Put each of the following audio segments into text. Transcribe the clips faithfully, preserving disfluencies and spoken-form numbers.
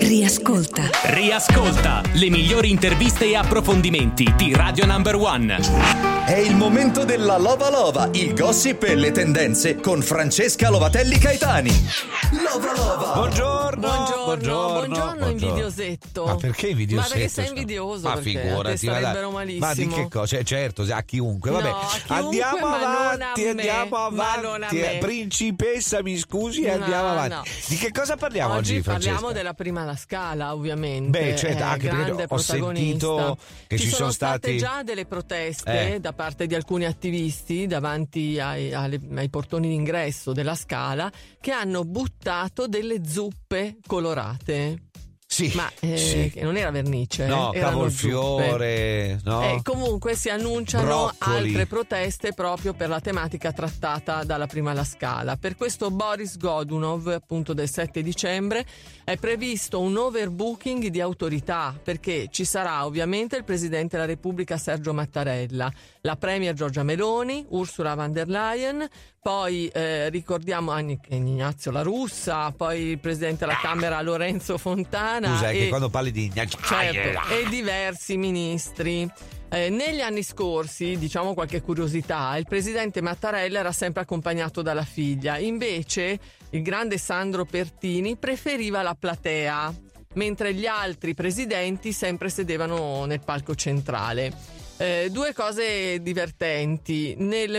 Riascolta. Riascolta le migliori interviste e approfondimenti di Radio Number One. È il momento della Lova Lova, il gossip e le tendenze con Francesca Lovatelli Caetani. Lova Lova. Buongiorno. Buongiorno, buongiorno, buongiorno. invidiosetto. Ma perché invidiosetto? Ma perché sei invidioso? Ma perché figurati, a te ma, starebbero dai, malissimo. ma di che cosa? Certo, a chiunque. Vabbè, No, a chiunque, andiamo ma non avanti, a me, andiamo ma non a avanti. me. Principessa, mi scusi, No, andiamo avanti. no. Di che cosa parliamo oggi, Oggi Francesca? parliamo della prima alla Scala, ovviamente. Beh, certo, è anche perché grande ho sentito protagonista. che ci, ci sono state stati già delle proteste Eh. da parte di alcuni attivisti davanti ai, alle- ai portoni d'ingresso della Scala che hanno buttato delle zuppe colorate. Sì, Ma eh, sì. che non era vernice, No, erano zuppe. cavolfiore, no? Eh, comunque si annunciano Broccoli. altre proteste proprio per la tematica trattata dalla prima alla Scala. Per questo Boris Godunov, appunto del sette dicembre, è previsto un overbooking di autorità, perché ci sarà ovviamente il Presidente della Repubblica Sergio Mattarella, la Premier Giorgia Meloni, Ursula von der Leyen, poi eh, ricordiamo anche Ignazio La Russa, poi il Presidente della Camera Lorenzo Fontana. Scusa, è che e- quando parli di Certo, e diversi ministri. Eh, negli anni scorsi, diciamo qualche curiosità, il presidente Mattarella era sempre accompagnato dalla figlia, invece il grande Sandro Pertini preferiva la platea, mentre gli altri presidenti sempre sedevano nel palco centrale. Eh, due cose divertenti. Nel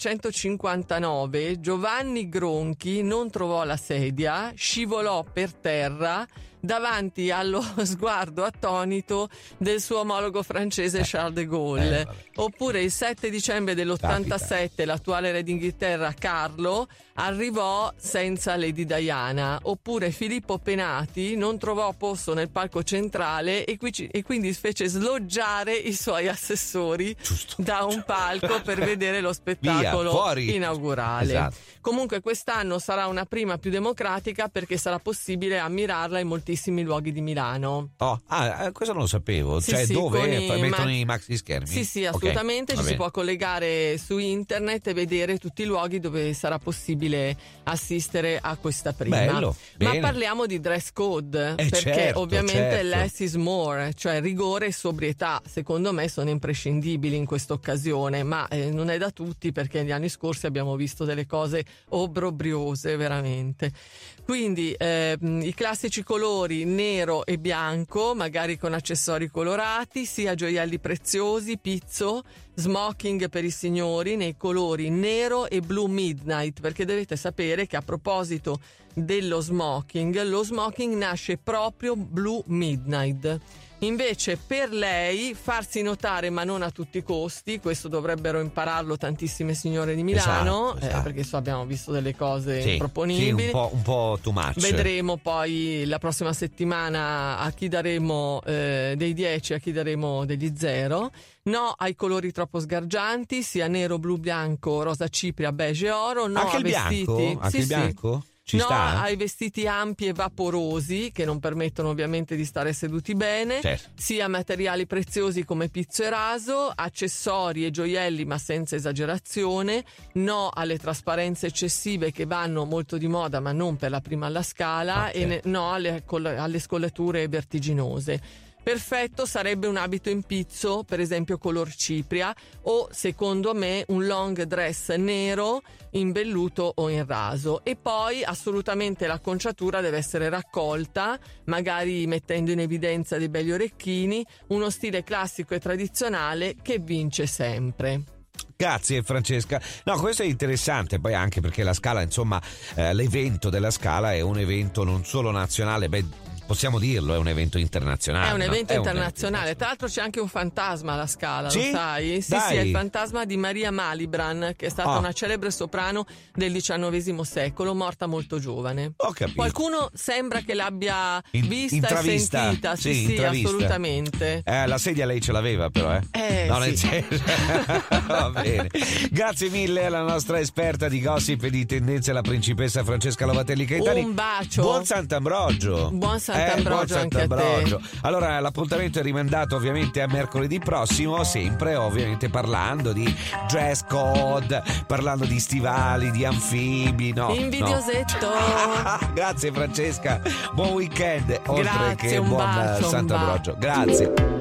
millenovecentocinquantanove Giovanni Gronchi non trovò la sedia, scivolò per terra davanti allo sguardo attonito del suo omologo francese Charles de Gaulle. Eh, vabbè. Oppure il sette dicembre dell'ottantasette l'attuale re d'Inghilterra Carlo arrivò senza Lady Diana. Oppure Filippo Penati non trovò posto nel palco centrale e, qui- e quindi fece sloggiare i suoi assessori Giusto. da un palco per vedere lo spettacolo Via, fuori. inaugurale. Esatto. Comunque quest'anno sarà una prima più democratica perché sarà possibile ammirarla in moltissimi luoghi di Milano. Oh, ah, eh, questo non lo sapevo. Sì, Cioè, sì, dove con i Fa- mettono ma- i maxi schermi? Sì, sì, Ok, assolutamente. va Ci si bene. può collegare su internet e vedere tutti i luoghi dove sarà possibile assistere a questa prima. Bello, Ma bene. parliamo di dress code, Eh, perché certo, ovviamente certo. less is more, cioè rigore e sobrietà, secondo me sono imprescindibili in questa occasione, ma eh, non è da tutti, perché negli anni scorsi abbiamo visto delle cose obbrobriose veramente. Quindi eh, i classici colori nero e bianco, magari con accessori colorati, sia gioielli preziosi, pizzo, smoking per i signori nei colori nero e blu midnight, perché dovete sapere che a proposito dello smoking, lo smoking nasce proprio blu midnight. Invece per lei farsi notare, ma non a tutti i costi, questo dovrebbero impararlo tantissime signore di Milano, Esatto, esatto. eh, perché so, abbiamo visto delle cose Sì, improponibili. sì, un po', un po' too much. Vedremo poi la prossima settimana a chi daremo eh, dei dieci, a chi daremo degli zero. No ai colori troppo sgargianti, sia nero, blu, bianco, rosa cipria, beige e oro. No Anche a il vestiti. bianco? Anche Sì, il sì. bianco? Ci no sta? ai vestiti ampi e vaporosi che non permettono ovviamente di stare seduti bene, Certo. sia materiali preziosi come pizzo e raso, accessori e gioielli ma senza esagerazione, no alle trasparenze eccessive che vanno molto di moda ma non per la prima alla Scala, Ok. e ne- no alle, coll- alle scollature vertiginose. Perfetto sarebbe un abito in pizzo, per esempio color cipria, o secondo me un long dress nero in velluto o in raso. E poi assolutamente l'acconciatura deve essere raccolta, magari mettendo in evidenza dei belli orecchini, uno stile classico e tradizionale che vince sempre. Grazie Francesca. No, questo è interessante, poi anche perché la Scala, insomma, eh, l'evento della Scala è un evento non solo nazionale, beh, possiamo dirlo, è un evento internazionale. È un no? evento È internazionale. Tra l'altro c'è anche un fantasma alla Scala, Sì? lo sai? Sì, Dai. sì, è il fantasma di Maria Malibran, che è stata Ah. una celebre soprano del diciannovesimo secolo, morta molto giovane. Ho capito. Qualcuno sembra che l'abbia In- vista intravista. e sentita. Sì, Sì, sì, intravista. assolutamente. Eh, la sedia lei ce l'aveva però, eh? Eh, no, nel sì. senso... Va bene. Grazie mille alla nostra esperta di gossip e di tendenze, la principessa Francesca Lovatelli Caetani. Un bacio. Buon Sant'Ambrogio. Buon Sant'Ambrogio. Sant'Ambrogio eh, anche Sant'Ambrogio. a te. Allora l'appuntamento è rimandato ovviamente a mercoledì prossimo, sempre ovviamente parlando di dress code, parlando di stivali, di anfibi, no? Invidiosetto. No. Grazie Francesca, buon weekend, oltre Grazie, che un buon bacio, un Sant'Ambrogio. bacio. Grazie.